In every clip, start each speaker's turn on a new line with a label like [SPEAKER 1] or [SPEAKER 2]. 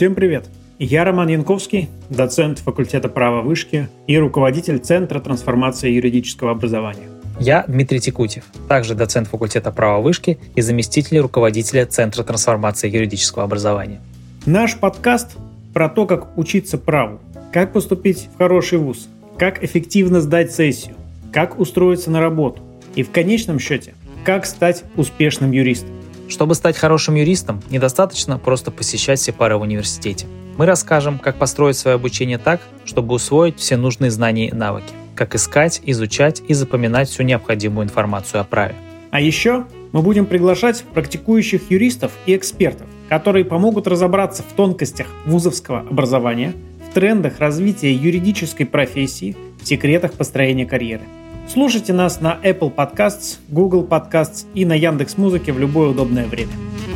[SPEAKER 1] Всем привет! Я Роман Янковский, доцент факультета права Вышки и руководитель Центра трансформации юридического образования.
[SPEAKER 2] Я Дмитрий Текутев, также доцент факультета права Вышки и заместитель руководителя Центра трансформации юридического образования.
[SPEAKER 1] Наш подкаст про то, как учиться праву, как поступить в хороший вуз, как эффективно сдать сессию, как устроиться на работу и в конечном счете, как стать успешным юристом.
[SPEAKER 2] Чтобы стать хорошим юристом, недостаточно просто посещать все пары в университете. Мы расскажем, как построить свое обучение так, чтобы усвоить все нужные знания и навыки, как искать, изучать и запоминать всю необходимую информацию о праве.
[SPEAKER 1] А еще мы будем приглашать практикующих юристов и экспертов, которые помогут разобраться в тонкостях вузовского образования, в трендах развития юридической профессии, в секретах построения карьеры. Слушайте нас на Apple Podcasts, Google Podcasts и на Яндекс.Музыке в любое удобное время.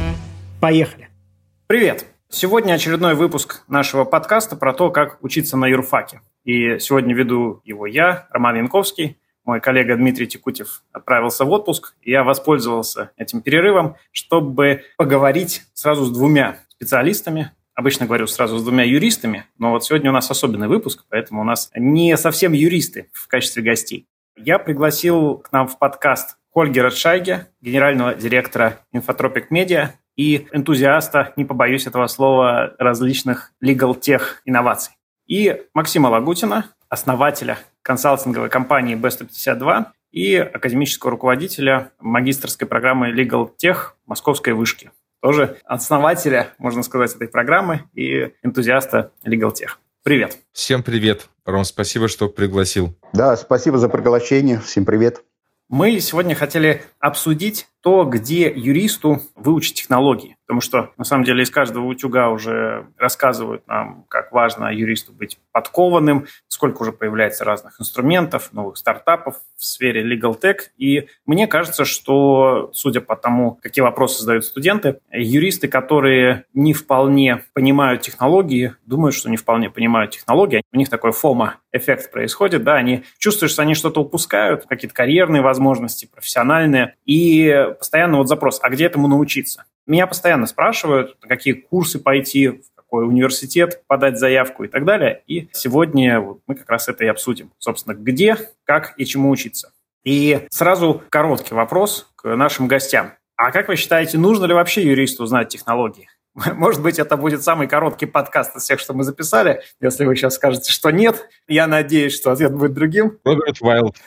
[SPEAKER 1] Поехали! Привет! Сегодня очередной выпуск нашего подкаста про то, как учиться на юрфаке. И сегодня веду его я, Роман Янковский. Мой коллега Дмитрий Текутев отправился в отпуск, и я воспользовался этим перерывом, чтобы поговорить сразу с двумя специалистами. Обычно говорю сразу с двумя юристами, но вот сегодня у нас особенный выпуск, поэтому у нас не совсем юристы в качестве гостей. Я пригласил к нам в подкаст Хольгера Шайге, генерального директора Infotropic Media и энтузиаста, не побоюсь этого слова, различных legal tech инноваций. И Максима Лагутина, основателя консалтинговой компании B152 и академического руководителя магистерской программы Legal Tech Московской вышки. Тоже основателя, можно сказать, этой программы и энтузиаста Legal Tech. Привет.
[SPEAKER 3] Всем привет. Ром, спасибо, что пригласил.
[SPEAKER 4] Да, спасибо за приглашение. Всем привет.
[SPEAKER 1] Мы сегодня хотели обсудить то, где юристу выучить технологии. Потому что, на самом деле, из каждого утюга уже рассказывают нам, как важно юристу быть подкованным, сколько уже появляется разных инструментов, новых стартапов в сфере legal tech. И мне кажется, что, судя по тому, какие вопросы задают студенты, юристы, которые не вполне понимают технологии, думают, что не вполне понимают технологии, у них такой FOMO-эффект происходит, да, они чувствуют, что они что-то упускают, какие-то карьерные возможности, профессиональные, и постоянно вот запрос, а где этому научиться? Меня постоянно спрашивают, на какие курсы пойти, в какой университет подать заявку и так далее. И сегодня вот мы как раз это и обсудим. Собственно, где, как и чему учиться. И сразу короткий вопрос к нашим гостям. А как вы считаете, нужно ли вообще юристу знать технологии? Может быть, это будет самый короткий подкаст из всех, что мы записали. Если вы сейчас скажете, что нет, я надеюсь, что ответ будет другим.
[SPEAKER 3] Роберт Уайлд.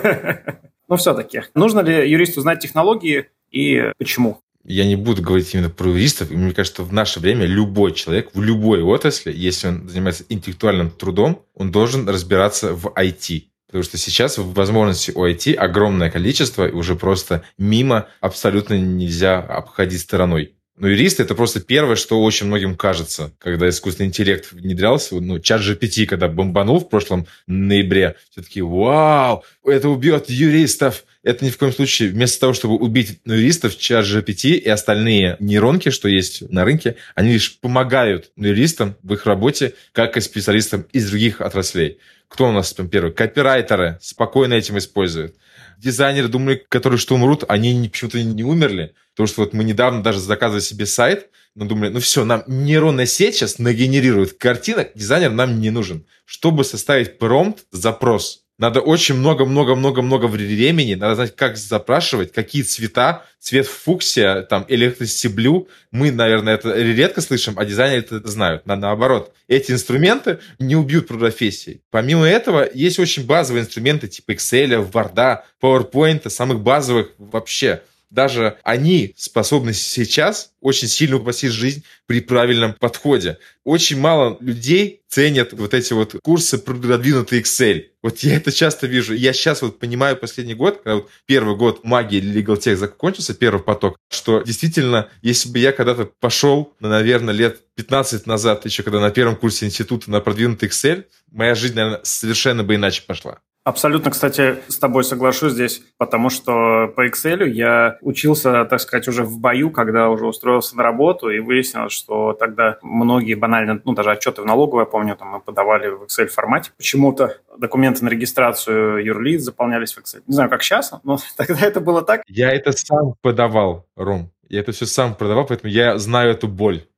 [SPEAKER 1] Но все-таки, нужно ли юристу знать технологии и почему?
[SPEAKER 3] Я не буду говорить именно про юристов. И мне кажется, что в наше время любой человек в любой отрасли, если он занимается интеллектуальным трудом, он должен разбираться в IT. Потому что сейчас возможностей у IT огромное количество, и уже просто мимо абсолютно нельзя обходить стороной. Но юристы — это просто первое, что очень многим кажется, когда искусственный интеллект внедрялся. ChatGPT, когда бомбанул в прошлом ноябре, все таки вау, это убьет юристов. Это ни в коем случае. Вместо того, чтобы убить юристов, ChatGPT и остальные нейронки, что есть на рынке, они лишь помогают юристам в их работе, как и специалистам из других отраслей. Кто у нас там первый? Копирайтеры спокойно этим используют. Дизайнеры, думали, которые что умрут, они почему-то не умерли. Потому что вот мы недавно даже заказывали себе сайт, но думали, все, нам нейронная сеть сейчас нагенерирует картинок, дизайнер нам не нужен. Чтобы составить промпт, запрос, надо очень много времени, надо знать, как запрашивать, какие цвета, цвет фуксия, там, electricity blue. Мы, наверное, это редко слышим, а дизайнеры это знают. Наоборот, эти инструменты не убьют профессии. Помимо этого, есть очень базовые инструменты типа Excel, Word, PowerPoint, самых базовых вообще. Даже они способны сейчас очень сильно упростить жизнь при правильном подходе. Очень мало людей ценят вот эти вот курсы продвинутый Excel. Вот я это часто вижу. Я сейчас вот понимаю последний год, когда вот первый год магии Legal Tech закончился, первый поток, что действительно, если бы я когда-то пошел, наверное, лет 15 назад, еще когда на первом курсе института на продвинутый Excel, моя жизнь, наверное, совершенно бы иначе пошла.
[SPEAKER 1] Абсолютно, кстати, с тобой соглашусь здесь, потому что по Excel я учился, так сказать, уже в бою, когда уже устроился на работу, и выяснилось, что тогда многие банально, даже отчеты в налоговой, я помню, там мы подавали в Excel формате. Почему-то документы на регистрацию юрлиц заполнялись в Excel. Не знаю, как сейчас, но тогда это было так.
[SPEAKER 3] Я это сам подавал, Ром. Я это все сам продавал, поэтому я знаю эту боль.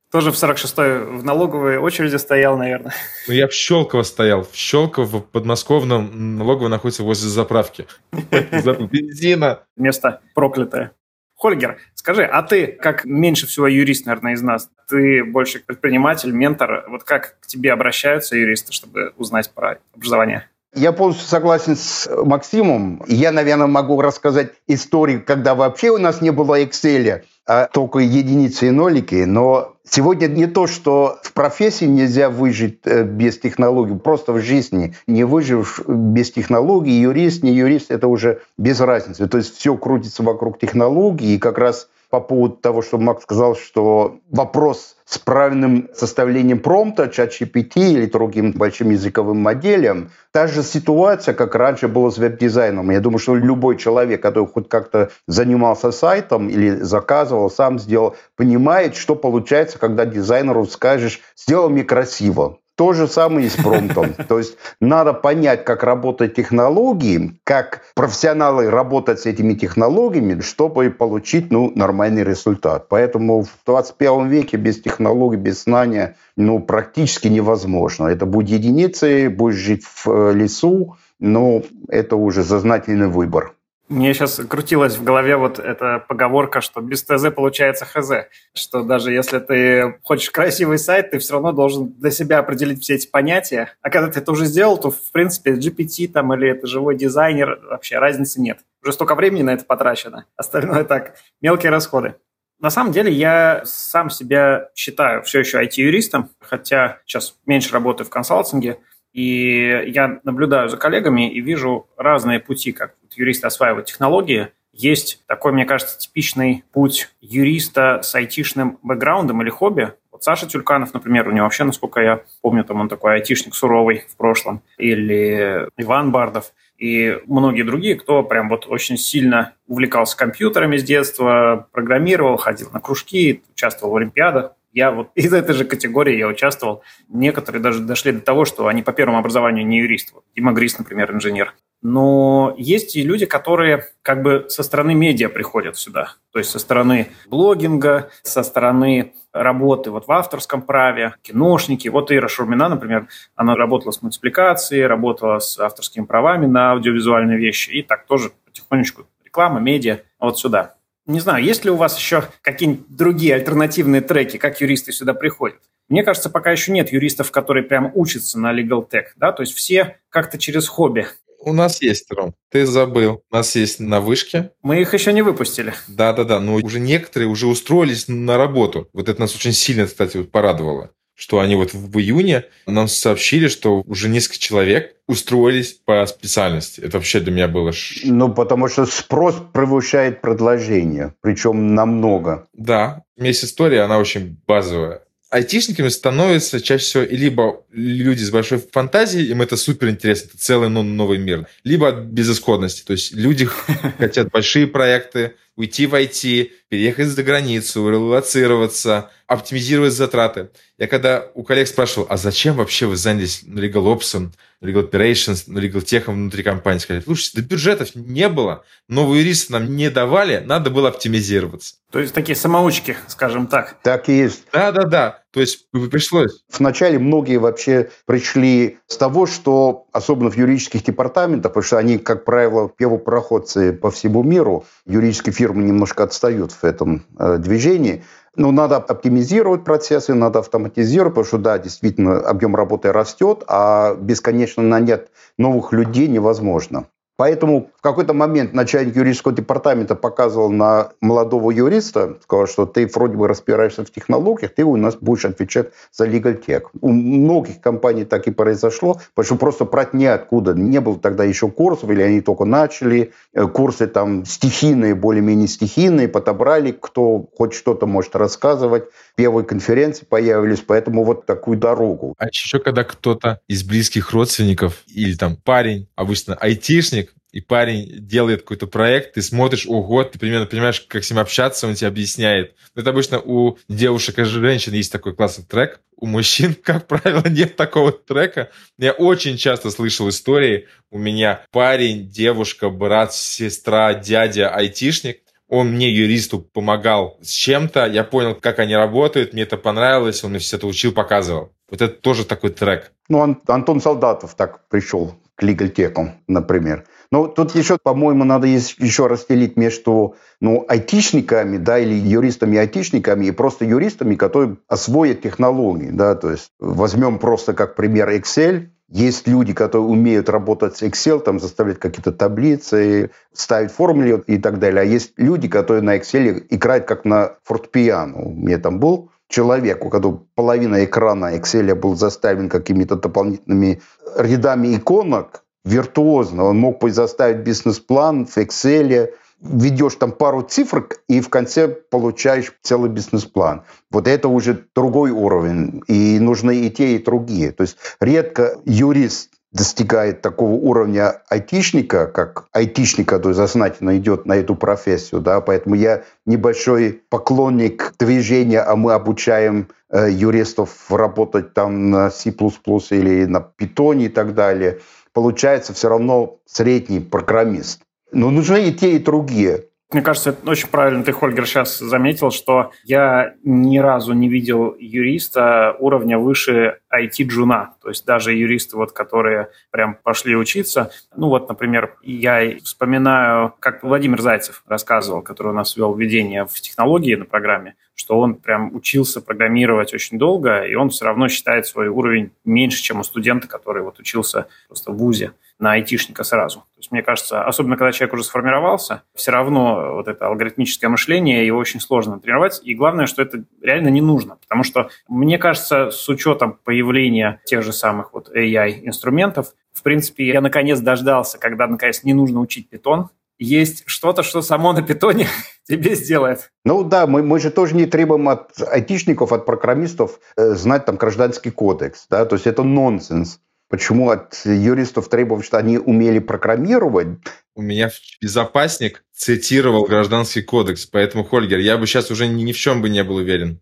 [SPEAKER 1] Тоже в 46-й в налоговой очереди стоял, наверное.
[SPEAKER 3] Ну, я в Щелково стоял. В Щелково, в подмосковном налогово находится возле заправки. Бензина.
[SPEAKER 1] Место проклятое. Хольгер, скажи, а ты, как меньше всего юрист, наверное, из нас, ты больше предприниматель, ментор, вот как к тебе обращаются юристы, чтобы узнать про образование?
[SPEAKER 4] Я полностью согласен с Максимом. Я, наверное, могу рассказать историю, когда вообще у нас не было Excel, а только единицы и нолики. Но сегодня не то, что в профессии нельзя выжить без технологий, просто в жизни не выживешь без технологий. Юрист, не юрист, это уже без разницы. То есть все крутится вокруг технологий. И как раз по поводу того, что Макс сказал, что вопрос с правильным составлением промпта, ChatGPT или другим большим языковым моделям, та же ситуация, как раньше было с веб-дизайном. Я думаю, что любой человек, который хоть как-то занимался сайтом или заказывал, сам сделал, понимает, что получается, когда дизайнеру скажешь «сделай мне красиво». То же самое и с промптом. То есть надо понять, как работают технологии, как профессионалы работать с этими технологиями, чтобы получить нормальный результат. Поэтому в 21 веке без технологий, без знания практически невозможно. Это будет единицы, будешь жить в лесу, но это уже сознательный выбор.
[SPEAKER 1] Мне сейчас крутилась в голове вот эта поговорка, что без ТЗ получается ХЗ, что даже если ты хочешь красивый сайт, ты все равно должен для себя определить все эти понятия, а когда ты это уже сделал, то, в принципе, GPT там или это живой дизайнер, вообще разницы нет. Уже столько времени на это потрачено, остальное так, мелкие расходы. На самом деле я сам себя считаю все еще IT-юристом, хотя сейчас меньше работаю в консалтинге, и я наблюдаю за коллегами и вижу разные пути, как юристы осваивают технологии. Есть такой, мне кажется, типичный путь юриста с айтишным бэкграундом или хобби. Вот Саша Тюльканов, например, у него вообще, насколько я помню, там он такой айтишник суровый в прошлом. Или Иван Бардов. И многие другие, кто прям вот очень сильно увлекался компьютерами с детства, программировал, ходил на кружки, участвовал в олимпиадах. Я вот из этой же категории я участвовал. Некоторые даже дошли до того, что они по первому образованию не юристы. Вот Дима Грис, например, инженер. Но есть и люди, которые как бы со стороны медиа приходят сюда. То есть со стороны блогинга, со стороны работы вот в авторском праве, киношники. Вот Ира Шурмина, например, она работала с мультипликацией, работала с авторскими правами на аудиовизуальные вещи. И так тоже потихонечку реклама, медиа, вот сюда. Не знаю, есть ли у вас еще какие-нибудь другие альтернативные треки, как юристы сюда приходят? Мне кажется, пока еще нет юристов, которые прям учатся на Legal Tech, да, то есть все как-то через хобби.
[SPEAKER 3] У нас есть, Ром, ты забыл. У нас есть на вышке.
[SPEAKER 1] Мы их еще не выпустили.
[SPEAKER 3] Да, но уже некоторые уже устроились на работу. Вот это нас очень сильно, кстати, порадовало, что они вот в июне нам сообщили, что уже несколько человек устроились по специальности. Это вообще для меня было...
[SPEAKER 4] Потому что спрос превышает предложение, причем намного.
[SPEAKER 3] Да, у меня есть история, она очень базовая. Айтишниками становятся чаще всего либо люди с большой фантазией, им это супер интересно, это целый новый мир, либо от безысходности. То есть люди хотят большие проекты, уйти в IT, переехать за границу, релоцироваться, оптимизировать затраты. Я когда у коллег спрашивал, а зачем вообще вы занялись Legal Ops, Legal Operations, Legal Tech внутри компании? Сказали, слушайте, да бюджетов не было, новые юристы нам не давали, надо было оптимизироваться.
[SPEAKER 1] То есть такие самоучки, скажем так.
[SPEAKER 4] Так и есть.
[SPEAKER 3] Да. То есть пришлось.
[SPEAKER 4] Вначале многие вообще пришли с того, что, особенно в юридических департаментах, потому что они, как правило, первопроходцы по всему миру, юридические фирмы немножко отстают в этом движении. Но надо оптимизировать процессы, надо автоматизировать, потому что, да, действительно, объем работы растет, а бесконечно нанять новых людей невозможно. Поэтому в какой-то момент начальник юридического департамента показывал на молодого юриста, сказал, что ты вроде бы разбираешься в технологиях, ты у нас будешь отвечать за Legal Tech. У многих компаний так и произошло, потому что просто брать неоткуда. Не было тогда еще курсов, или они только начали. Курсы там стихийные, более-менее стихийные, подобрали, кто хоть что-то может рассказывать. Первые конференции появились, поэтому вот такую дорогу.
[SPEAKER 3] А еще когда кто-то из близких родственников или там парень, обычно айтишник, и парень делает какой-то проект, ты смотришь, ого, ты примерно понимаешь, как с ним общаться, он тебе объясняет. Это обычно у девушек и женщин есть такой классный трек. У мужчин, как правило, нет такого трека. Я очень часто слышал истории. У меня парень, девушка, брат, сестра, дядя, айтишник. Он мне, юристу, помогал с чем-то, я понял, как они работают, мне это понравилось, он мне все это учил, показывал. Вот это тоже такой трек.
[SPEAKER 4] Антон Солдатов так пришел к легальтекам, например. Но тут еще, по-моему, надо еще разделить между айтишниками, да, или юристами-айтишниками и просто юристами, которые освоят технологии, да, то есть возьмем просто как пример Excel. Есть люди, которые умеют работать с Excel, там заставлять какие-то таблицы, ставить формулы и так далее. А есть люди, которые на Excel играют как на фортепиано. У меня там был человек, у которого половина экрана Excel был заставлен какими-то дополнительными рядами иконок, виртуозно. Он мог заставить бизнес-план в Excel, ведешь там пару цифр и в конце получаешь целый бизнес-план. Вот это уже другой уровень. И нужны и те, и другие. То есть редко юрист достигает такого уровня айтишника, как айтишника, то есть сознательно идет на эту профессию. Да? Поэтому я небольшой поклонник движения, а мы обучаем юристов работать там на C++ или на Python и так далее. Получается все равно средний программист. Но нужны и те, и другие.
[SPEAKER 1] Мне кажется, это очень правильно ты, Хольгер, сейчас заметил, что я ни разу не видел юриста уровня выше IT-джуна. То есть даже юристы, которые прям пошли учиться. Например, я вспоминаю, как Владимир Зайцев рассказывал, который у нас вел введение в технологии на программе, что он прям учился программировать очень долго, и он все равно считает свой уровень меньше, чем у студента, который учился просто в вузе на айтишника сразу. То есть, мне кажется, особенно когда человек уже сформировался, все равно это алгоритмическое мышление, его очень сложно тренировать. И главное, что это реально не нужно. Потому что, мне кажется, с учетом появления тех же самых AI-инструментов, в принципе, я наконец дождался, когда наконец не нужно учить Python. Есть что-то, что само на питоне тебе сделает.
[SPEAKER 4] Мы же тоже не требуем от айтишников, от программистов знать там гражданский кодекс. Да? То есть это нонсенс. Почему от юристов требовать, что они умели программировать?
[SPEAKER 3] У меня безопасник цитировал гражданский кодекс, поэтому, Хольгер, я бы сейчас уже ни в чем бы не был уверен.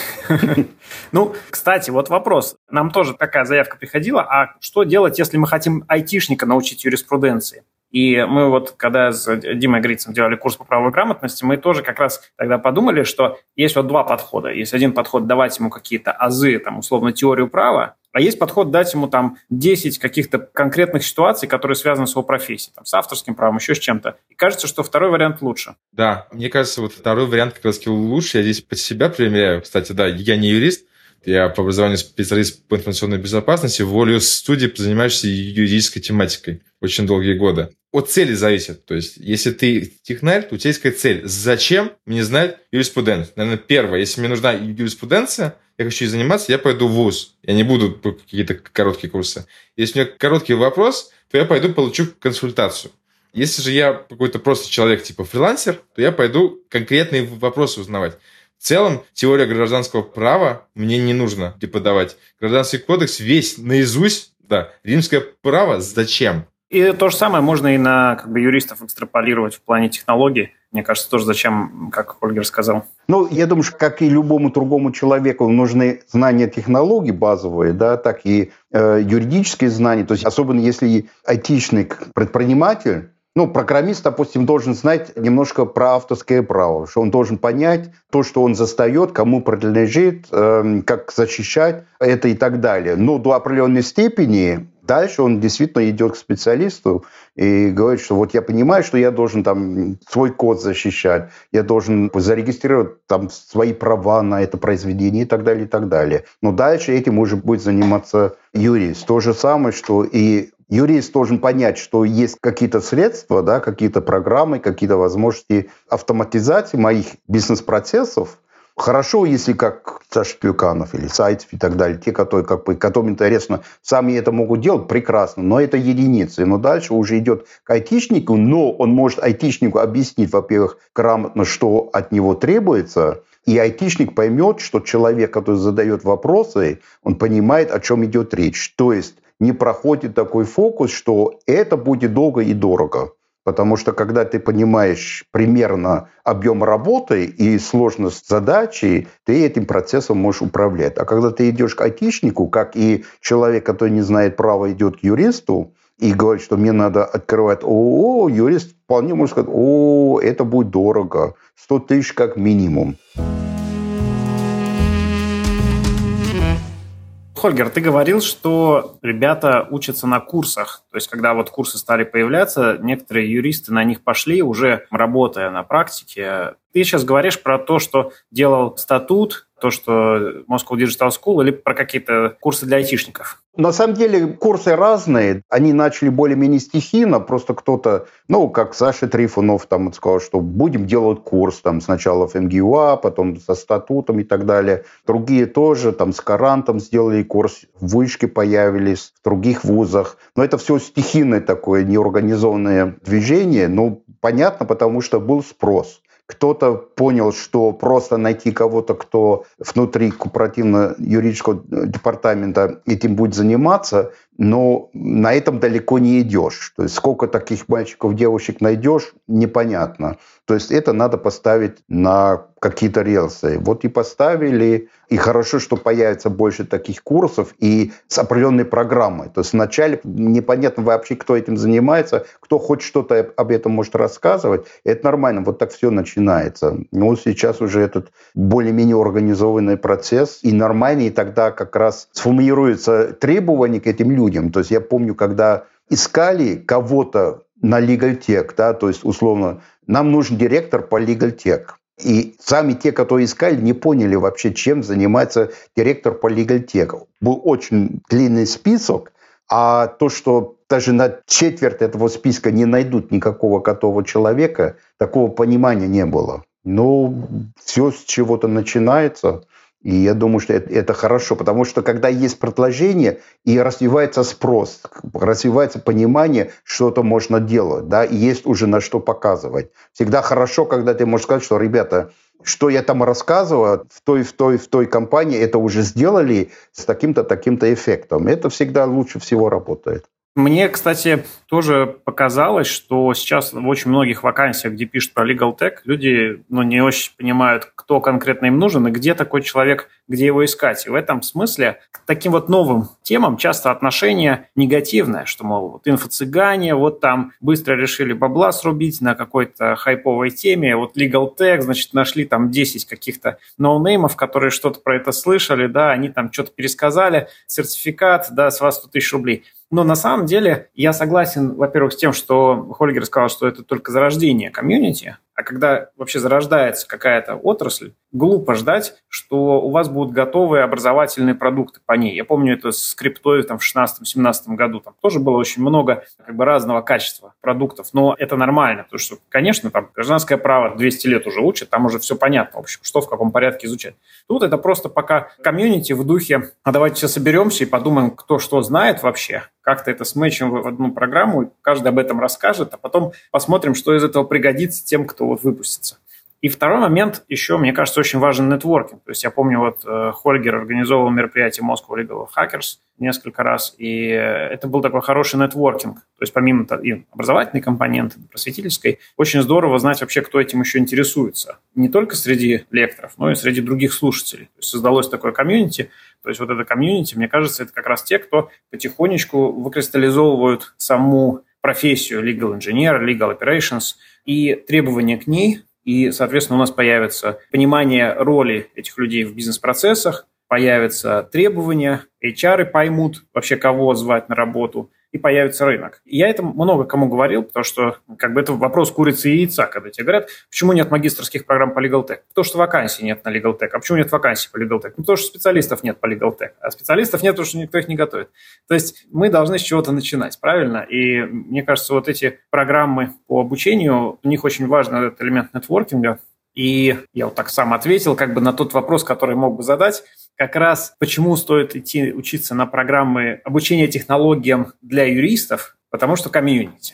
[SPEAKER 1] Кстати, вопрос. Нам тоже такая заявка приходила. А что делать, если мы хотим айтишника научить юриспруденции? И мы когда с Димой Грицем делали курс по правовой грамотности, мы тоже как раз тогда подумали, что есть два подхода. Есть один подход давать ему какие-то азы, условно, теорию права, а есть подход дать ему 10 каких-то конкретных ситуаций, которые связаны с его профессией, с авторским правом, еще с чем-то. И кажется, что второй вариант лучше.
[SPEAKER 3] Да, мне кажется, второй вариант как раз лучше. Я здесь под себя примеряю. Кстати, да, я не юрист, я по образованию специалист по информационной безопасности, в Voluus студии занимаешься юридической тематикой очень долгие годы. От цели зависит. То есть, если ты технарь, то у тебя есть какая цель. Зачем мне знать юриспруденцию? Наверное, первое, если мне нужна юриспруденция, я хочу ей заниматься, я пойду в вуз. Я не буду по какие-то короткие курсы. Если у меня короткий вопрос, то я пойду получу консультацию. Если же я какой-то просто человек, типа фрилансер, то я пойду конкретные вопросы узнавать. В целом, теория гражданского права мне не нужно преподавать. Гражданский кодекс весь наизусть, да. Римское право зачем?
[SPEAKER 1] И то же самое можно и на юристов экстраполировать в плане технологий. Мне кажется, тоже зачем, как Хольгер сказал.
[SPEAKER 4] Я думаю, что как и любому другому человеку нужны знания технологий базовые, да, так и юридические знания. То есть особенно если айтишник, предприниматель, программист, допустим, должен знать немножко про авторское право, что он должен понять то, что он застает, кому принадлежит, как защищать это и так далее. Но до определенной степени дальше он действительно идет к специалисту и говорит, что я понимаю, что я должен свой код защищать, я должен зарегистрировать свои права на это произведение и так далее, и так далее. Но дальше этим уже будет заниматься юрист. То же самое, что и юрист должен понять, что есть какие-то средства, да, какие-то программы, какие-то возможности автоматизации моих бизнес-процессов. Хорошо, если как Саша Тюльканов или Зайцев и так далее, те, которым интересно, сами это могут делать, прекрасно, но это единицы. Но дальше уже идет к айтишнику, но он может айтишнику объяснить, во-первых, грамотно, что от него требуется, и айтишник поймет, что человек, который задает вопросы, он понимает, о чем идет речь. То есть не проходит такой фокус, что это будет долго и дорого. Потому что когда ты понимаешь примерно объем работы и сложность задачи, ты этим процессом можешь управлять. А когда ты идешь к айтишнику, как и человек, который не знает права, идет к юристу, и говорит, что мне надо открывать ООО, юрист вполне может сказать, это будет дорого, 100 тысяч как минимум.
[SPEAKER 1] Хольгер, ты говорил, что ребята учатся на курсах. То есть, когда вот курсы стали появляться, некоторые юристы на них пошли, уже работая на практике. Ты сейчас говоришь про то, что делал статут, то, что Moscow Digital School, или про какие-то курсы для айтишников?
[SPEAKER 4] На самом деле курсы разные. Они начали более-менее стихийно. Просто кто-то, как Саша Трифонов там сказал, что будем делать курс там сначала в МГУА, потом со статутом и так далее. Другие тоже там с Карантом сделали курс, в Вышке появились, в других вузах. Но это все стихийное такое неорганизованное движение. Понятно, потому что был спрос. Кто-то понял, что просто найти кого-то, кто внутри корпоративно-юридического департамента этим будет заниматься, но на этом далеко не идешь. То есть сколько таких мальчиков, девушек найдешь, непонятно. То есть это надо поставить на какие-то рельсы. Вот и поставили. И хорошо, что появится больше таких курсов и с определенной программой. То есть вначале непонятно вообще, кто этим занимается, кто хоть что-то об этом может рассказывать. Это нормально, вот так все начинается. Но сейчас уже этот более-менее организованный процесс и нормальный, и тогда как раз сформируются требования к этим людям. То есть я помню, когда искали кого-то на Legal Tech, да, то есть условно, нам нужен директор по Legal Tech. И сами те, которые искали, не поняли вообще, чем занимается директор по Legal Tech. Был очень длинный список, а то, что даже на четверть этого списка не найдут никакого готового человека, такого понимания не было. Все с чего-то начинается. И я думаю, что это хорошо, потому что когда есть предложение и развивается спрос, развивается понимание, что это можно делать, да, и есть уже на что показывать. Всегда хорошо, когда ты можешь сказать, что, ребята, что я там рассказываю в той компании, это уже сделали с таким-то, таким-то эффектом. Это всегда лучше всего работает.
[SPEAKER 1] Мне, кстати, тоже показалось, что сейчас в очень многих вакансиях, где пишут про Legal Tech, люди не очень понимают, кто конкретно им нужен и где такой человек, где его искать. И в этом смысле к таким вот новым темам часто отношение негативное, что, мол, инфо-цыгане, там быстро решили бабла срубить на какой-то хайповой теме, Legal Tech, значит, нашли там 10 каких-то ноунеймов, которые что-то про это слышали, да, они там что-то пересказали, сертификат, да, с вас 100 тысяч рублей. Но на самом деле я согласен, во-первых, с тем, что Хольгер сказал, что это только зарождение комьюнити, а когда вообще зарождается какая-то отрасль, глупо ждать, что у вас будут готовые образовательные продукты по ней. Я помню это с криптой в 2016-2017 году. Там тоже было очень много разного качества продуктов, но это нормально, потому что, конечно, там гражданское право 200 лет уже учат, там уже все понятно, в общем, что в каком порядке изучать. Тут это просто пока комьюнити в духе, давайте все соберемся и подумаем, кто что знает вообще, как-то это сметчим в одну программу, каждый об этом расскажет, а потом посмотрим, что из этого пригодится тем, кто выпустится. И второй момент еще, мне кажется, очень важен нетворкинг. То есть я помню, Хольгер организовывал мероприятие Moscow Legal Hackers несколько раз, и это был такой хороший нетворкинг. То есть помимо и образовательной компоненты, просветительской, очень здорово знать вообще, кто этим еще интересуется. Не только среди лекторов, но и среди других слушателей. То есть создалось такое комьюнити. То есть это комьюнити, мне кажется, это как раз те, кто потихонечку выкристаллизовывают саму профессию legal engineer, legal operations и требования к ней. И, соответственно, у нас появится понимание роли этих людей в бизнес-процессах, появятся требования, HR поймут вообще, кого звать на работу, и появится рынок. И я это много кому говорил, потому что это вопрос курицы и яйца, когда тебе говорят, почему нет магистерских программ по Legal Tech? Потому что вакансий нет на Legal Tech. А почему нет вакансий по Legal Tech? Потому что специалистов нет по Legal Tech. А специалистов нет, потому что никто их не готовит. То есть мы должны с чего-то начинать, правильно? И мне кажется, эти программы по обучению, у них очень важен этот элемент нетворкинга. И я так сам ответил на тот вопрос, который мог бы задать. Как раз почему стоит идти учиться на программы обучения технологиям для юристов, потому что комьюнити.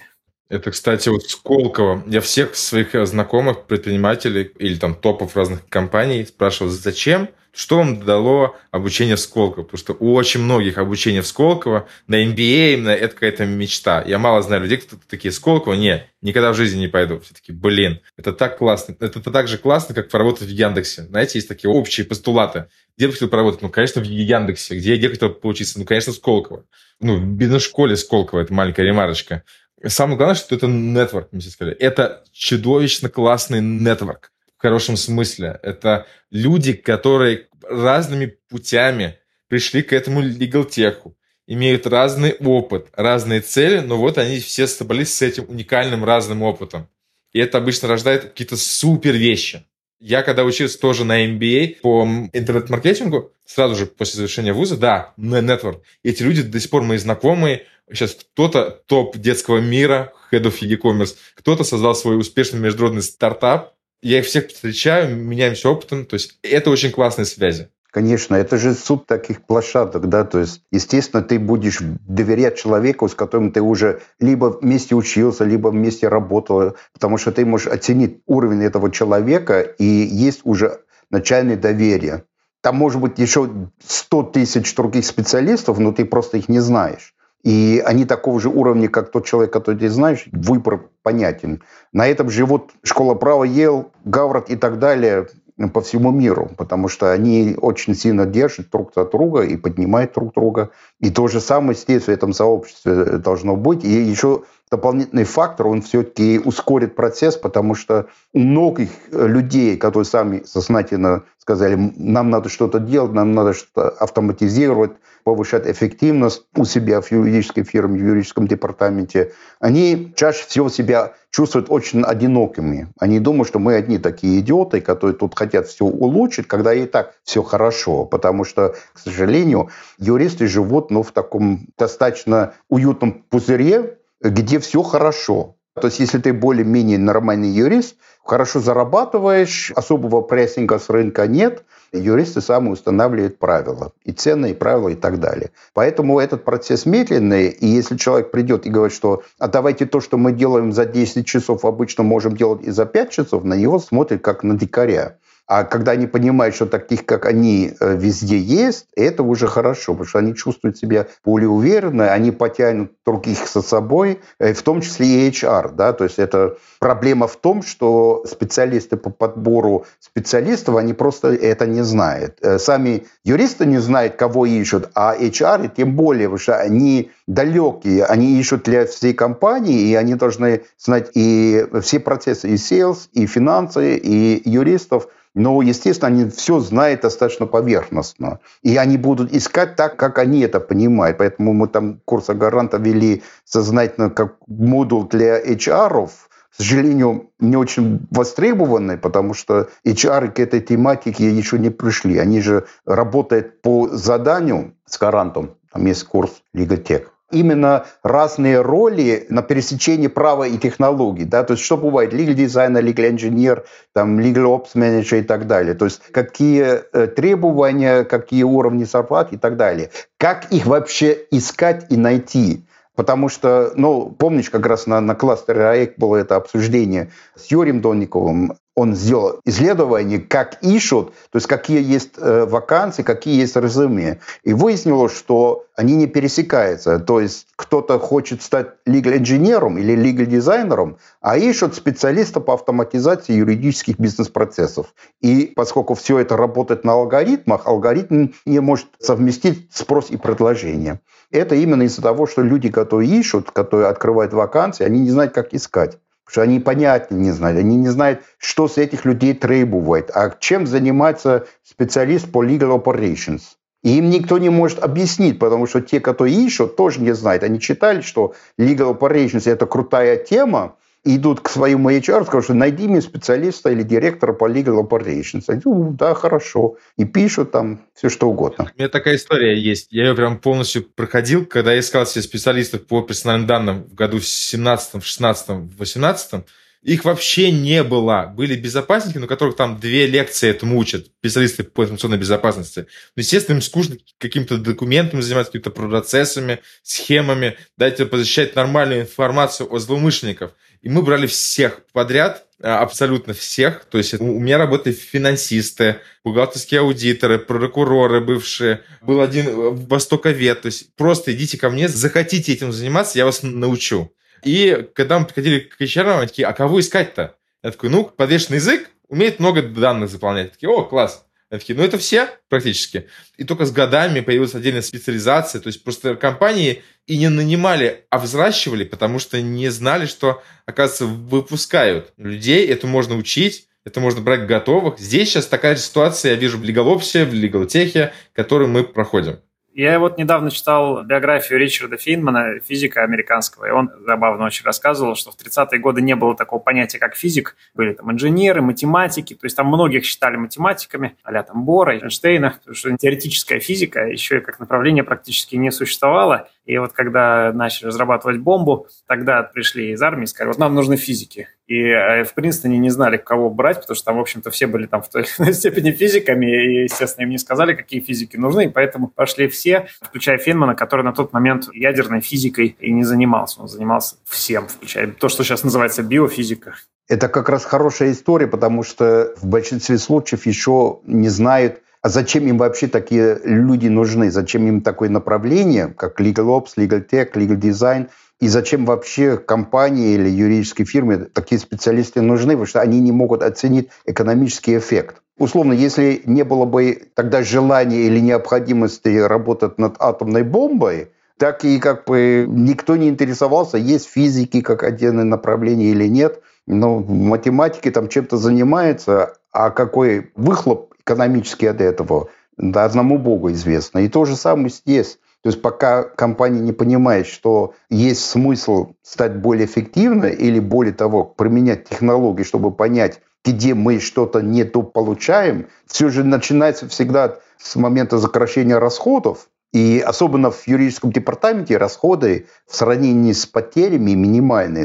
[SPEAKER 3] Это, кстати, вот Сколково. Я всех своих знакомых, предпринимателей или там топов разных компаний спрашивал, зачем, что вам дало обучение в Сколково? Потому что у очень многих обучение в Сколково на MBA именно это какая-то мечта. Я мало знаю людей, кто такие Сколково. Не, никогда в жизни не пойду. Все таки, блин, это так классно. Это так же классно, как поработать в Яндексе. Знаете, есть такие общие постулаты. Где бы хотел поработать? Ну, конечно, в Яндексе. Где хотел поучиться? Ну, конечно, в Сколково. Ну, в бизнес-школе Сколково. Это маленькая ремарочка. Самое главное, что это нетворк, мы все сказали. Это чудовищно классный нетворк. В хорошем смысле. Это люди, которые разными путями пришли к этому легалтеху, имеют разный опыт, разные цели, но вот они все собрались с этим уникальным разным опытом. И это обычно рождает какие-то супер вещи. Я когда учился тоже на MBA по интернет-маркетингу, сразу же после завершения вуза, да, нетворк. Эти люди до сих пор мои знакомые. Сейчас кто-то топ детского мира, head of e-commerce, кто-то создал свой успешный международный стартап. Я их всех встречаю, меняемся опытом. То есть это очень классные связи.
[SPEAKER 4] Конечно, это же суть таких площадок, да, то есть, естественно, ты будешь доверять человеку, с которым ты уже либо вместе учился, либо вместе работал, потому что ты можешь оценить уровень этого человека, и есть уже начальное доверие. Там может быть еще 100 тысяч других специалистов, но ты просто их не знаешь. И они такого же уровня, как тот человек, который ты знаешь, выбор понятен. На этом живут школа права, Йейл, Гарвард и так далее по всему миру, потому что они очень сильно держат друг за друга и поднимают друг друга. И то же самое здесь, в этом сообществе должно быть. И еще дополнительный фактор, он все-таки ускорит процесс, потому что у многих людей, которые сами сознательно сказали, нам надо что-то делать, нам надо что-то автоматизировать, повышать эффективность у себя в юридической фирме, в юридическом департаменте, они чаще всего себя чувствуют очень одинокими. Они думают, что мы одни такие идиоты, которые тут хотят все улучшить, когда и так все хорошо. Потому что, к сожалению, юристы живут в таком достаточно уютном пузыре, где все хорошо. То есть, если ты более-менее нормальный юрист, хорошо зарабатываешь, особого прессинга с рынка нет, юристы сами устанавливают правила, и цены, и правила, и так далее. Поэтому этот процесс медленный, и если человек придет и говорит, что «а давайте то, что мы делаем за 10 часов, обычно можем делать и за 5 часов», на него смотрят как на дикаря. А когда они понимают, что таких, как они, везде есть, это уже хорошо, потому что они чувствуют себя более уверенно, они потянут других со собой, в том числе и HR. Да? То есть это проблема в том, что специалисты по подбору специалистов, они просто это не знают. Сами юристы не знают, кого ищут, а HR тем более, потому что они далекие, они ищут для всей компании, и они должны знать и все процессы, и sales, и финансы, и юристов. Но, естественно, они все знают достаточно поверхностно. И они будут искать так, как они это понимают. Поэтому мы там курс Гаранта вели сознательно как модуль для HR-ов. К сожалению, не очень востребованный, потому что HR к этой тематике еще не пришли. Они же работают по заданию с Гарантом. Там есть курс LegalTech. Именно разные роли на пересечении права и технологий. Да? То есть, что бывает? Legal designer, legal engineer, там, legal ops manager и так далее. То есть, какие требования, какие уровни зарплат и так далее. Как их вообще искать и найти? Потому что, помнишь, как раз на кластере АЭК было это обсуждение с Юрием Донниковым. Он сделал исследование, как ищут, то есть какие есть вакансии, какие есть резюме. И выяснилось, что они не пересекаются. То есть кто-то хочет стать legal-инженером или legal-дизайнером, а ищут специалиста по автоматизации юридических бизнес-процессов. И поскольку все это работает на алгоритмах, алгоритм не может совместить спрос и предложение. Это именно из-за того, что люди, которые ищут, которые открывают вакансии, они не знают, как искать. Потому что они понятия не знают. Они не знают, что с этих людей требует. А чем занимается специалист по legal operations. И им никто не может объяснить, потому что те, которые ищут, тоже не знают. Они читали, что legal operations – это крутая тема, идут к своему HR, скажут, что найди мне специалиста или директора по legal operations. Они говорят, да, хорошо. И пишут там все, что угодно.
[SPEAKER 3] У меня такая история есть. Я ее прям полностью проходил, когда я искал себе специалистов по персональным данным в году в 17, в 16, в 18. Их вообще не было. Были безопасники, но которых там 2 лекции этому учат, специалисты по информационной безопасности. Но, естественно, им скучно какими-то документами заниматься, какими-то процессами, схемами, дайте защищать нормальную информацию о злоумышленниках. И мы брали всех подряд, абсолютно всех. То есть у меня работали финансисты, бухгалтерские аудиторы, прокуроры бывшие. Был один востоковед. То есть просто идите ко мне, захотите этим заниматься, я вас научу. И когда мы приходили к HR, они такие, а кого искать-то? Я такой, подвешенный язык умеет много данных заполнять. Такие, о, класс. Я такие, это все практически. И только с годами появилась отдельная специализация. То есть просто компании и не нанимали, а взращивали, потому что не знали, что, оказывается, выпускают людей. Это можно учить, это можно брать готовых. Здесь сейчас такая же ситуация, я вижу в LegalOps, в LegalTech, которую мы проходим.
[SPEAKER 1] Я недавно читал биографию Ричарда Фейнмана, физика американского, и он забавно очень рассказывал, что в 30-е годы не было такого понятия, как физик. Были там инженеры, математики, то есть там многих считали математиками, а-ля там Бора, Эйнштейна, потому что теоретическая физика еще и как направление практически не существовало. И когда начали разрабатывать бомбу, тогда пришли из армии и сказали, нам нужны физики. И в Принстоне не знали, кого брать, потому что там, в общем-то, все были там в той или иной степени физиками, и, естественно, им не сказали, какие физики нужны, и поэтому пошли все, включая Фейнмана, который на тот момент ядерной физикой и не занимался. Он занимался всем, включая то, что сейчас называется биофизика.
[SPEAKER 4] Это как раз хорошая история, потому что в большинстве случаев еще не знают, а зачем им вообще такие люди нужны, зачем им такое направление, как LegalOps, LegalTech, Legal Design, и зачем вообще компании или юридические фирмы такие специалисты нужны, потому что они не могут оценить экономический эффект. Условно, если не было бы тогда желания или необходимости работать над атомной бомбой, так и никто не интересовался, есть физики как отдельное направление или нет. Но в математике там чем-то занимается, а какой выхлоп экономический от этого, да, одному Богу известно. И то же самое здесь. То есть пока компания не понимает, что есть смысл стать более эффективной или, более того, применять технологии, чтобы понять, где мы что-то не то получаем, все же начинается всегда с момента сокращения расходов. И особенно в юридическом департаменте расходы в сравнении с потерями минимальные,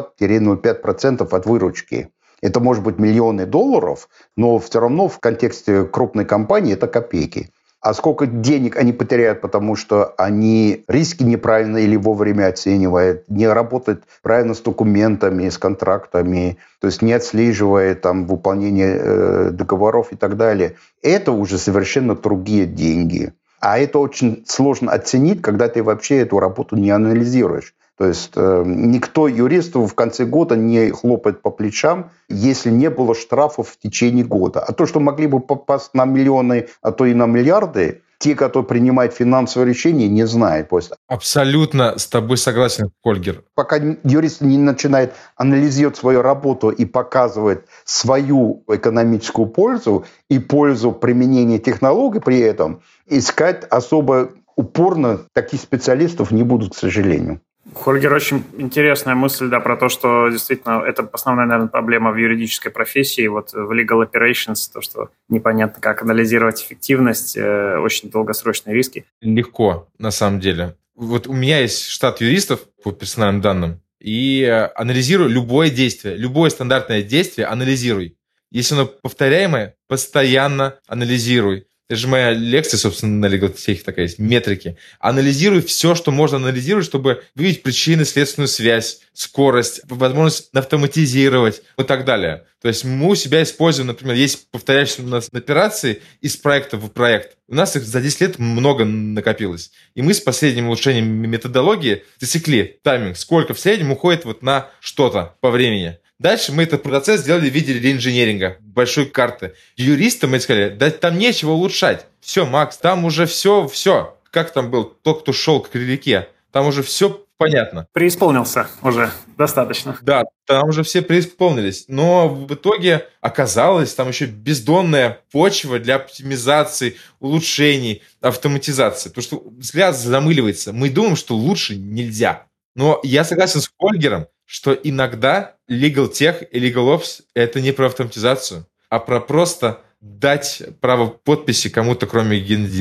[SPEAKER 4] 0,2-0,5% от выручки. Это может быть миллионы долларов, но все равно в контексте крупной компании это копейки. А сколько денег они потеряют, потому что они риски неправильно или вовремя оценивают, не работают правильно с документами, с контрактами, то есть не отслеживая выполнение договоров и так далее. Это уже совершенно другие деньги. А это очень сложно оценить, когда ты вообще эту работу не анализируешь. То есть никто юристу в конце года не хлопает по плечам, если не было штрафов в течение года. А то, что могли бы попасть на миллионы, а то и на миллиарды, те, кто принимает финансовые решения, не знают.
[SPEAKER 3] Абсолютно с тобой согласен, Хольгер.
[SPEAKER 4] Пока юрист не начинает анализировать свою работу и показывать свою экономическую пользу и пользу применения технологий при этом, искать особо упорно таких специалистов не будут, к сожалению.
[SPEAKER 1] Хольгер, очень интересная мысль, про то, что действительно это основная, наверное, проблема в юридической профессии, в legal operations, то, что непонятно, как анализировать эффективность, очень долгосрочные риски.
[SPEAKER 3] Легко, на самом деле. У меня есть штат юристов по персональным данным, и анализирую любое действие, любое стандартное действие анализируй. Если оно повторяемое, постоянно анализируй. Это же моя лекция, собственно, на LegalTech такая есть, метрики. Анализируй все, что можно анализировать, чтобы выявить причинно-следственную связь, скорость, возможность автоматизировать и так далее. То есть мы у себя используем, например, есть повторяющиеся у нас операции из проекта в проект. У нас их за 10 лет много накопилось. И мы с последним улучшением методологии засекли тайминг, сколько в среднем уходит на что-то по времени. Дальше мы этот процесс сделали в виде реинженеринга, большой карты. Юристам мы сказали, да там нечего улучшать. Все, Макс, там уже все. Как там был тот, кто шел к реке? Там уже все понятно.
[SPEAKER 1] Преисполнился уже достаточно.
[SPEAKER 3] Да, там уже все преисполнились. Но в итоге оказалось, там еще бездонная почва для оптимизации, улучшений, автоматизации. Потому что взгляд замыливается. Мы думаем, что лучше нельзя. Но я согласен с Хольгером, что иногда LegalTech и LegalOps – это не про автоматизацию, а про просто дать право подписи кому-то, кроме гендира.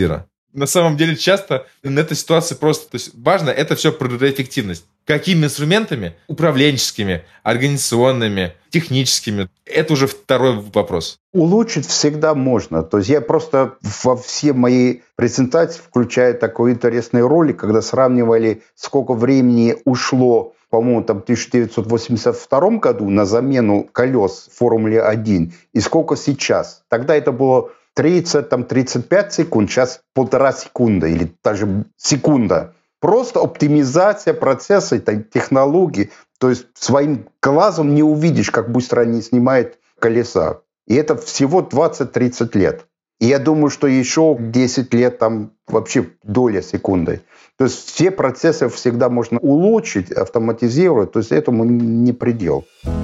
[SPEAKER 3] На самом деле часто на этой ситуации просто... То есть важно это все про эффективность. Какими инструментами? Управленческими, организационными, техническими. Это уже второй вопрос.
[SPEAKER 4] Улучшить всегда можно. То есть я просто во все мои презентации включаю такой интересный ролик, когда сравнивали, сколько времени ушло, по-моему, там в 1982 году на замену колес в Формуле-1 и сколько сейчас. Тогда это было 30-35 секунд, сейчас 1,5 секунды или даже секунда. Просто оптимизация процесса, технологий. То есть своим глазом не увидишь, как быстро они снимают колеса. И это всего 20-30 лет. И я думаю, что еще 10 лет там вообще доля секунды. То есть все процессы всегда можно улучшить, автоматизировать. То есть этому не предел.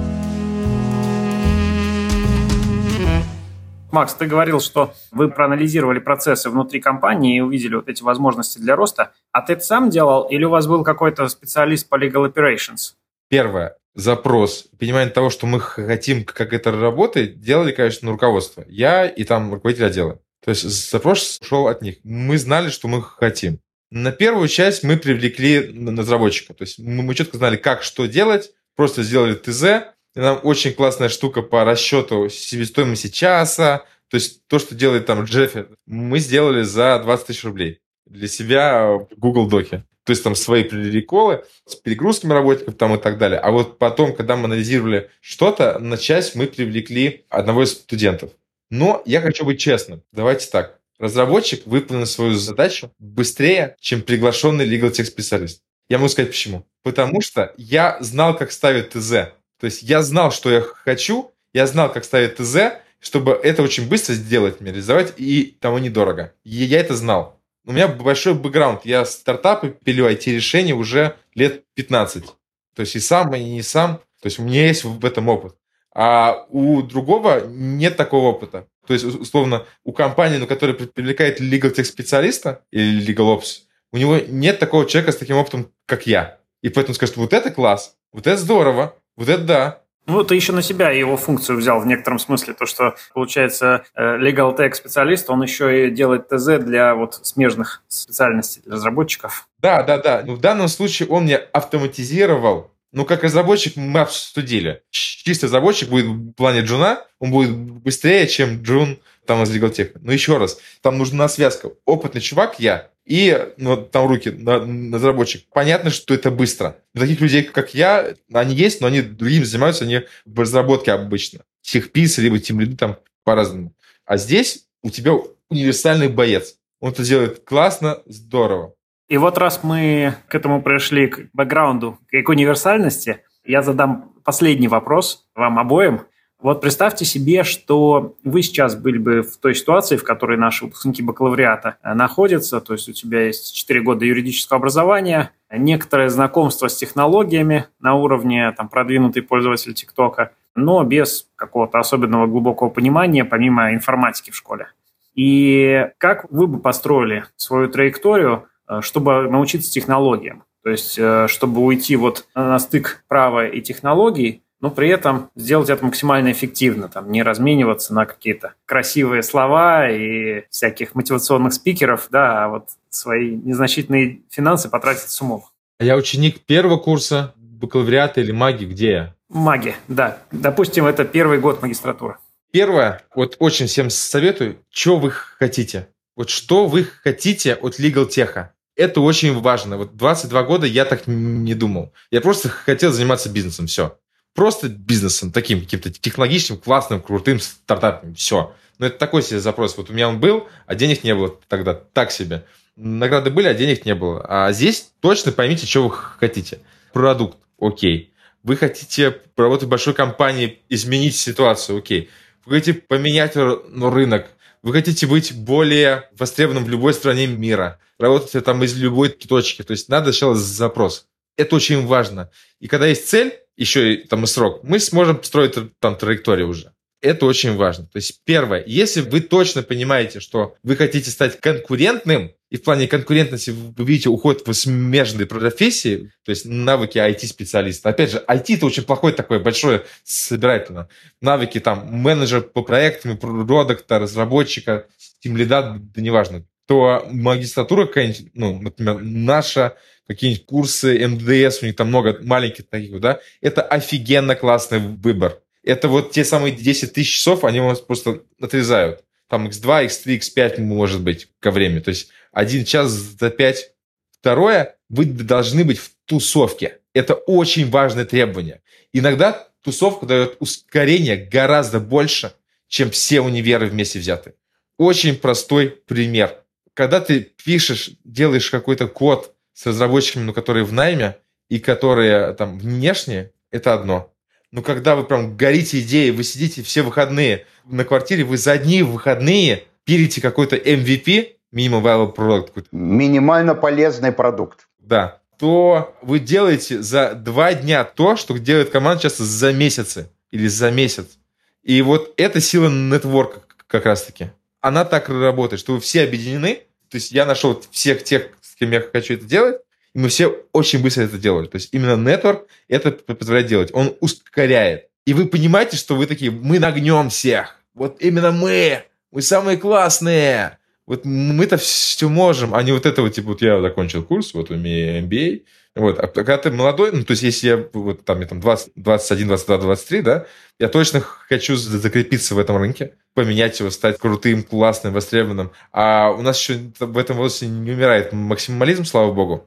[SPEAKER 1] Макс, ты говорил, что вы проанализировали процессы внутри компании и увидели вот эти возможности для роста. А ты это сам делал или у вас был какой-то специалист по legal operations?
[SPEAKER 3] Первое. Запрос. Понимание того, что мы хотим, как это работает, делали, конечно, руководство. Я и там руководитель отдела. То есть запрос шел от них. Мы знали, что мы хотим. На первую часть мы привлекли разработчика. То есть мы четко знали, как, что делать. Просто сделали ТЗ. И нам очень классная штука по расчету себестоимости часа. То есть то, что делает там Джеффи, мы сделали за 20 тысяч рублей. Для себя в Google Доке. То есть там свои приколы с перегрузками работников там и так далее. А вот потом, когда мы анализировали что-то, на часть мы привлекли одного из студентов. Но я хочу быть честным. Давайте так. Разработчик выполнил свою задачу быстрее, чем приглашенный legal tech специалист. Я могу сказать почему. Потому что я знал, как ставить ТЗ. То есть я знал, что я хочу, я знал, как ставить ТЗ, чтобы это очень быстро сделать, мне реализовать, и тому недорого. И я это знал. У меня большой бэкграунд. Я стартапы пилю, IT-решения уже лет 15. То есть и сам, и не сам. То есть у меня есть в этом опыт. А у другого нет такого опыта. То есть, условно, у компании, которая привлекает legal tech специалиста или legal ops, у него нет такого человека с таким опытом, как я. И поэтому скажет, вот это класс, вот это здорово, вот это да.
[SPEAKER 1] Ну, ты еще на себя его функцию взял в некотором смысле. То, что, получается, legal tech специалист, он еще и делает ТЗ для вот смежных специальностей для разработчиков.
[SPEAKER 3] Да. Но в данном случае он мне автоматизировал. Ну, как разработчик мы обсудили. Чистый разработчик будет в плане джуна, он будет быстрее, чем джун там из legal tech. Но еще раз, там нужна связка. Опытный чувак я и там руки на разработчик. Понятно, что это быстро. Но таких людей, как я, они есть, но они другим занимаются, они в разработке обычно. Техписы, либо тимлиды там по-разному. А здесь у тебя универсальный боец. Он это делает классно, здорово.
[SPEAKER 1] И вот раз мы к этому пришли, к бэкграунду, к универсальности, я задам последний вопрос вам обоим. Вот представьте себе, что вы сейчас были бы в той ситуации, в которой наши выпускники бакалавриата находятся, то есть у тебя есть 4 года юридического образования, некоторое знакомство с технологиями на уровне там, продвинутый пользователь ТикТока, но без какого-то особенного глубокого понимания, помимо информатики в школе. И как вы бы построили свою траекторию, чтобы научиться технологиям? То есть, чтобы уйти вот на стык права и технологий, но при этом сделать это максимально эффективно, там, не размениваться на какие-то красивые слова и всяких мотивационных спикеров, да, а вот свои незначительные финансы потратить с умом.
[SPEAKER 3] Я ученик первого курса бакалавриата или магии, где я?
[SPEAKER 1] Маги, да. Допустим, это первый год магистратуры.
[SPEAKER 3] Первое, вот очень всем советую, что вы хотите. Вот что вы хотите от legal tech. Это очень важно. Вот 22 года я так не думал. Я просто хотел заниматься бизнесом, все. Просто бизнесом, таким каким-то технологичным, классным, крутым стартапом, все. Но это такой себе запрос. Вот у меня он был, а денег не было тогда, так себе. Награды были, а денег не было. А здесь точно поймите, что вы хотите. Продукт, окей. Вы хотите работать в большой компании, изменить ситуацию, окей. Вы хотите поменять рынок. Вы хотите быть более востребованным в любой стране мира. Работать там из любой точки. То есть надо сначала запрос. Это очень важно. И когда есть цель, еще и там и срок, мы сможем строить там траекторию уже. Это очень важно. То есть первое, если вы точно понимаете, что вы хотите стать конкурентным, и в плане конкурентности вы видите уход в смежные профессии, то есть навыки IT-специалиста. Опять же, IT это очень плохое такое большое собирательно. Навыки там менеджера по проектам, продукта, разработчика, тимлида, да неважно. то магистратура какая-нибудь, ну, например, наша, какие-нибудь курсы МДС, у них там много маленьких таких, да, это офигенно классный выбор. Это вот те самые 10 тысяч часов, они у вас просто отрезают. Там x2, x3, x5 может быть ко времени. То есть 1 час за 5. Второе, вы должны быть в тусовке. Это очень важное требование. Иногда тусовка дает ускорение гораздо больше, чем все универы вместе взяты. Очень простой пример. Когда ты пишешь, делаешь какой-то код с разработчиками, ну, которые в найме и которые там внешние, это одно. Но когда вы прям горите идеей, вы сидите все выходные на квартире, вы за одни выходные пилите какой-то MVP, Minimum Viable Product.
[SPEAKER 4] Минимально полезный продукт.
[SPEAKER 3] Да. То вы делаете за 2 дня то, что делает команда часто за месяцы или за месяц. И вот эта сила нетворка как раз-таки. Она так работает, что вы все объединены. То есть я нашел всех тех, с кем я хочу это делать, и мы все очень быстро это делали. То есть именно нетворк это позволяет делать. Он ускоряет. И вы понимаете, что вы такие, мы нагнем всех. Вот именно мы самые классные. Вот мы-то все можем, а не вот это вот, типа, вот я закончил курс, вот у меня MBA. Вот. А когда ты молодой, ну, то есть если я вот там, мне там 20, 21, 22, 23, да, я точно хочу закрепиться в этом рынке, поменять его, стать крутым, классным, востребованным. А у нас еще в этом возрасте не умирает максимализм, слава богу.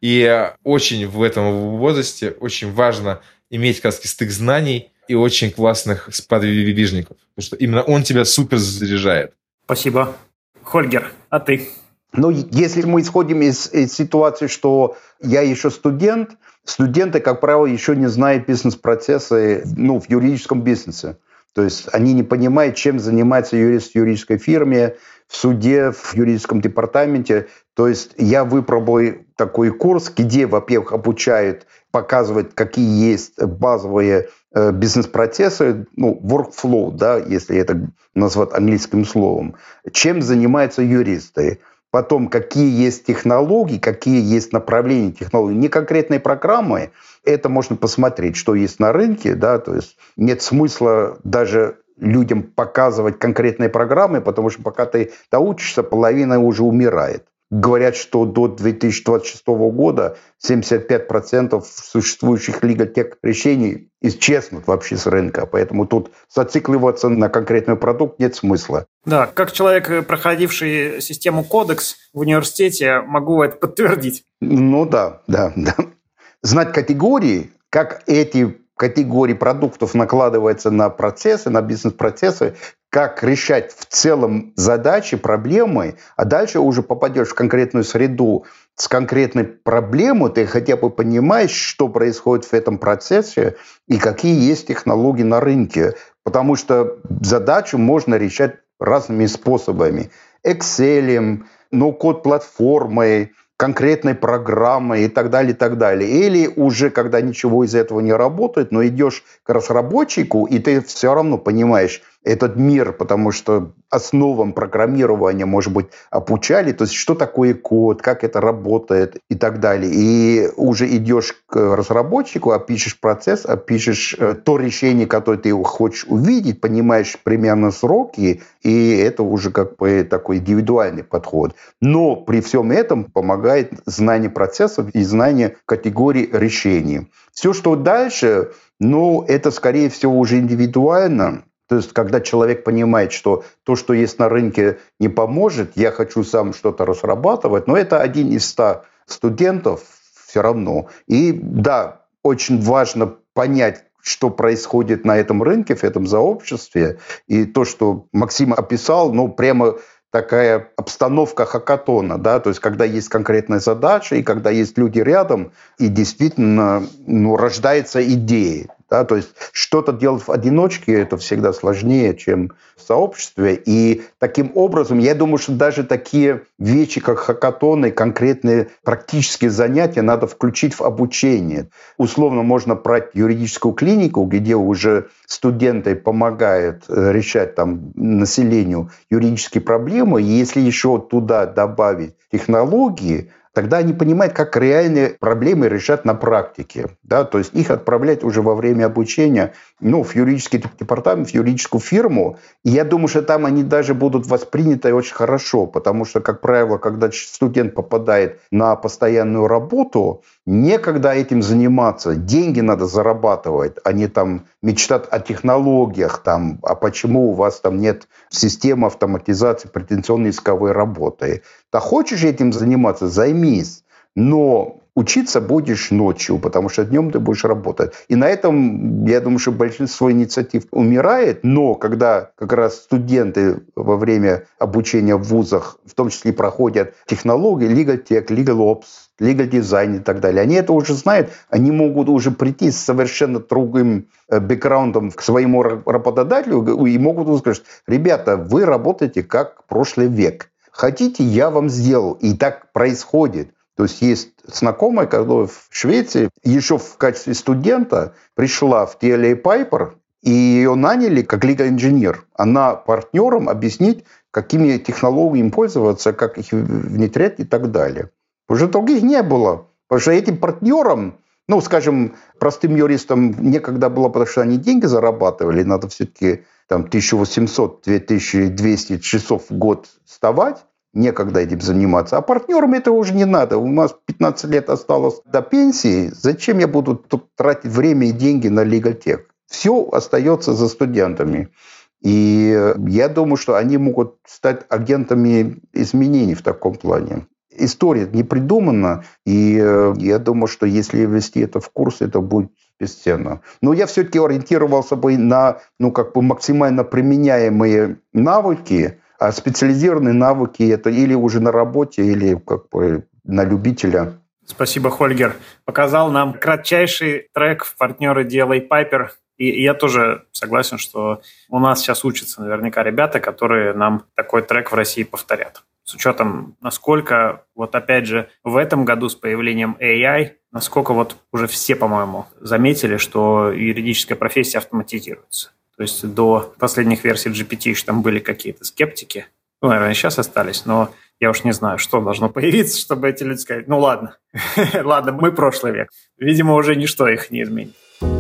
[SPEAKER 3] И очень в этом возрасте очень важно иметь как раз стык знаний и очень классных сподвижников. Потому что именно он тебя супер заряжает.
[SPEAKER 1] Спасибо. Хольгер, а ты?
[SPEAKER 4] Ну, если мы исходим из ситуации, что я еще студент, студенты, как правило, еще не знают бизнес-процессы, ну, в юридическом бизнесе. То есть они не понимают, чем занимается юрист в юридической фирме, в суде, в юридическом департаменте. То есть я выбрал такой курс, где, во-первых, обучают, показывают, какие есть базовые бизнес-процессы, ну, workflow, да, если это назвать английским словом, чем занимаются юристы. Потом, какие есть технологии, какие есть направления технологий, не конкретные программы, это можно посмотреть, что есть на рынке, да, то есть нет смысла даже людям показывать конкретные программы, потому что пока ты доучишься, половина уже умирает. Говорят, что до 2026 года 75% существующих лиготех решений исчезнут вообще с рынка. Поэтому тут зацикливаться на конкретный продукт нет смысла.
[SPEAKER 1] Да, как человек, проходивший систему кодекс в университете, могу это подтвердить.
[SPEAKER 4] Ну да. Знать категории, как эти категории продуктов накладываются на процессы, на бизнес-процессы, как решать в целом задачи, проблемы, а дальше уже попадешь в конкретную среду с конкретной проблемой, ты хотя бы понимаешь, что происходит в этом процессе и какие есть технологии на рынке. Потому что задачу можно решать разными способами. Excel, ноу-код-платформой, конкретной программой и так далее, и так далее. Или уже, когда ничего из этого не работает, но идешь к разработчику, и ты все равно понимаешь этот мир, потому что основам программирования, может быть, обучали, то есть что такое код, как это работает и так далее. И уже идешь к разработчику, опишешь процесс, опишешь то решение, которое ты хочешь увидеть, понимаешь примерно сроки, и это уже как бы такой индивидуальный подход. Но при всем этом помогает знание процессов и знание категорий решений. Все, что дальше, это, скорее всего, уже индивидуально. То есть, когда человек понимает, что то, что есть на рынке, не поможет, я хочу сам что-то разрабатывать, но это 1 из 100 студентов все равно. И да, очень важно понять, что происходит на этом рынке, в этом сообществе. И то, что Максим описал, прямо такая обстановка хакатона, да, то есть когда есть конкретная задача, и когда есть люди рядом, и действительно рождается идея. Да, то есть что-то делать в одиночке – это всегда сложнее, чем в сообществе. И таким образом, я думаю, что даже такие вещи, как хакатоны, конкретные практические занятия надо включить в обучение. Условно можно брать юридическую клинику, где уже студенты помогают решать населению юридические проблемы. И если еще туда добавить технологии, тогда они понимают, как реальные проблемы решать на практике. Да? То есть их отправлять уже во время обучения в юридический департамент, в юридическую фирму. И я думаю, что там они даже будут восприняты очень хорошо, потому что, как правило, когда студент попадает на постоянную работу, некогда этим заниматься. Деньги надо зарабатывать, а не там мечтать о технологиях, а почему у вас там нет системы автоматизации претензионной исковой работы. Да хочешь этим заниматься, займись, но учиться будешь ночью, потому что днем ты будешь работать. И на этом, я думаю, что большинство инициатив умирает, но когда как раз студенты во время обучения в вузах, в том числе проходят технологии, Legal Tech, Legal Ops, Legal Design и так далее, они это уже знают, они могут уже прийти с совершенно другим бэкграундом к своему работодателю и могут сказать: ребята, вы работаете как прошлый век. Хотите, я вам сделал. И так происходит. То есть знакомая, которая в Швеции еще в качестве студента пришла в TLA Piper, и ее наняли как legal engineer. Она партнерам объяснить, какими технологиями пользоваться, как их внедрять и так далее. Уже других не было. Потому что этим партнерам, скажем, простым юристам некогда было, потому что они деньги зарабатывали, надо все-таки 1800-2200 часов в год вставать, некогда этим заниматься. А партнерам это уже не надо. У нас 15 лет осталось до пенсии. Зачем я буду тратить время и деньги на Legal Tech? Все остается за студентами. И я думаю, что они могут стать агентами изменений в таком плане. История не придумана, и я думаю, что если ввести это в курс, это будет бесценно. Но я все-таки ориентировался бы на максимально применяемые навыки, а специализированные навыки это или уже на работе, или на любителя.
[SPEAKER 1] Спасибо, Хольгер. Показал нам кратчайший трек в партнеры DLA Piper. И я тоже согласен, что у нас сейчас учатся наверняка ребята, которые нам такой трек в России повторят. С учетом, насколько, опять же, в этом году с появлением AI, насколько уже все, по-моему, заметили, что юридическая профессия автоматизируется. То есть до последних версий GPT еще там были какие-то скептики. Наверное, сейчас остались, но я уж не знаю, что должно появиться, чтобы эти люди сказали: ладно, ладно, мы прошлый век. Видимо, уже ничто их не изменит.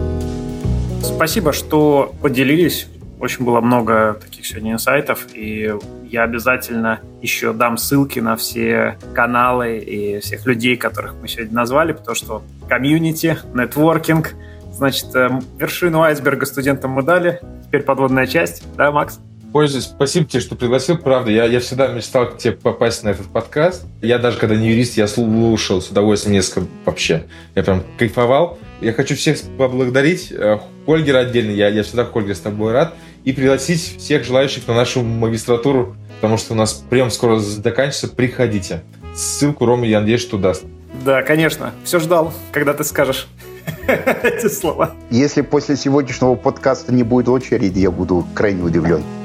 [SPEAKER 1] Спасибо, что поделились. Очень было много таких сегодня инсайтов, и я обязательно еще дам ссылки на все каналы и всех людей, которых мы сегодня назвали, потому что комьюнити, нетворкинг, значит, вершину айсберга студентам мы дали, теперь подводная часть, да, Макс?
[SPEAKER 3] Пользуюсь. Спасибо тебе, что пригласил. Правда, я всегда мечтал к тебе попасть на этот подкаст. Я даже, когда не юрист, я слушал с удовольствием несколько вообще. Я прям кайфовал. Я хочу всех поблагодарить. Хольгер отдельно. Я всегда, Хольгер, с тобой рад. И пригласить всех желающих на нашу магистратуру, потому что у нас прием скоро заканчивается. Приходите. Ссылку Рома, я надеюсь, что даст.
[SPEAKER 1] Да, конечно. Все ждал, когда ты скажешь эти слова.
[SPEAKER 4] Если после сегодняшнего подкаста не будет очереди, я буду крайне удивлен.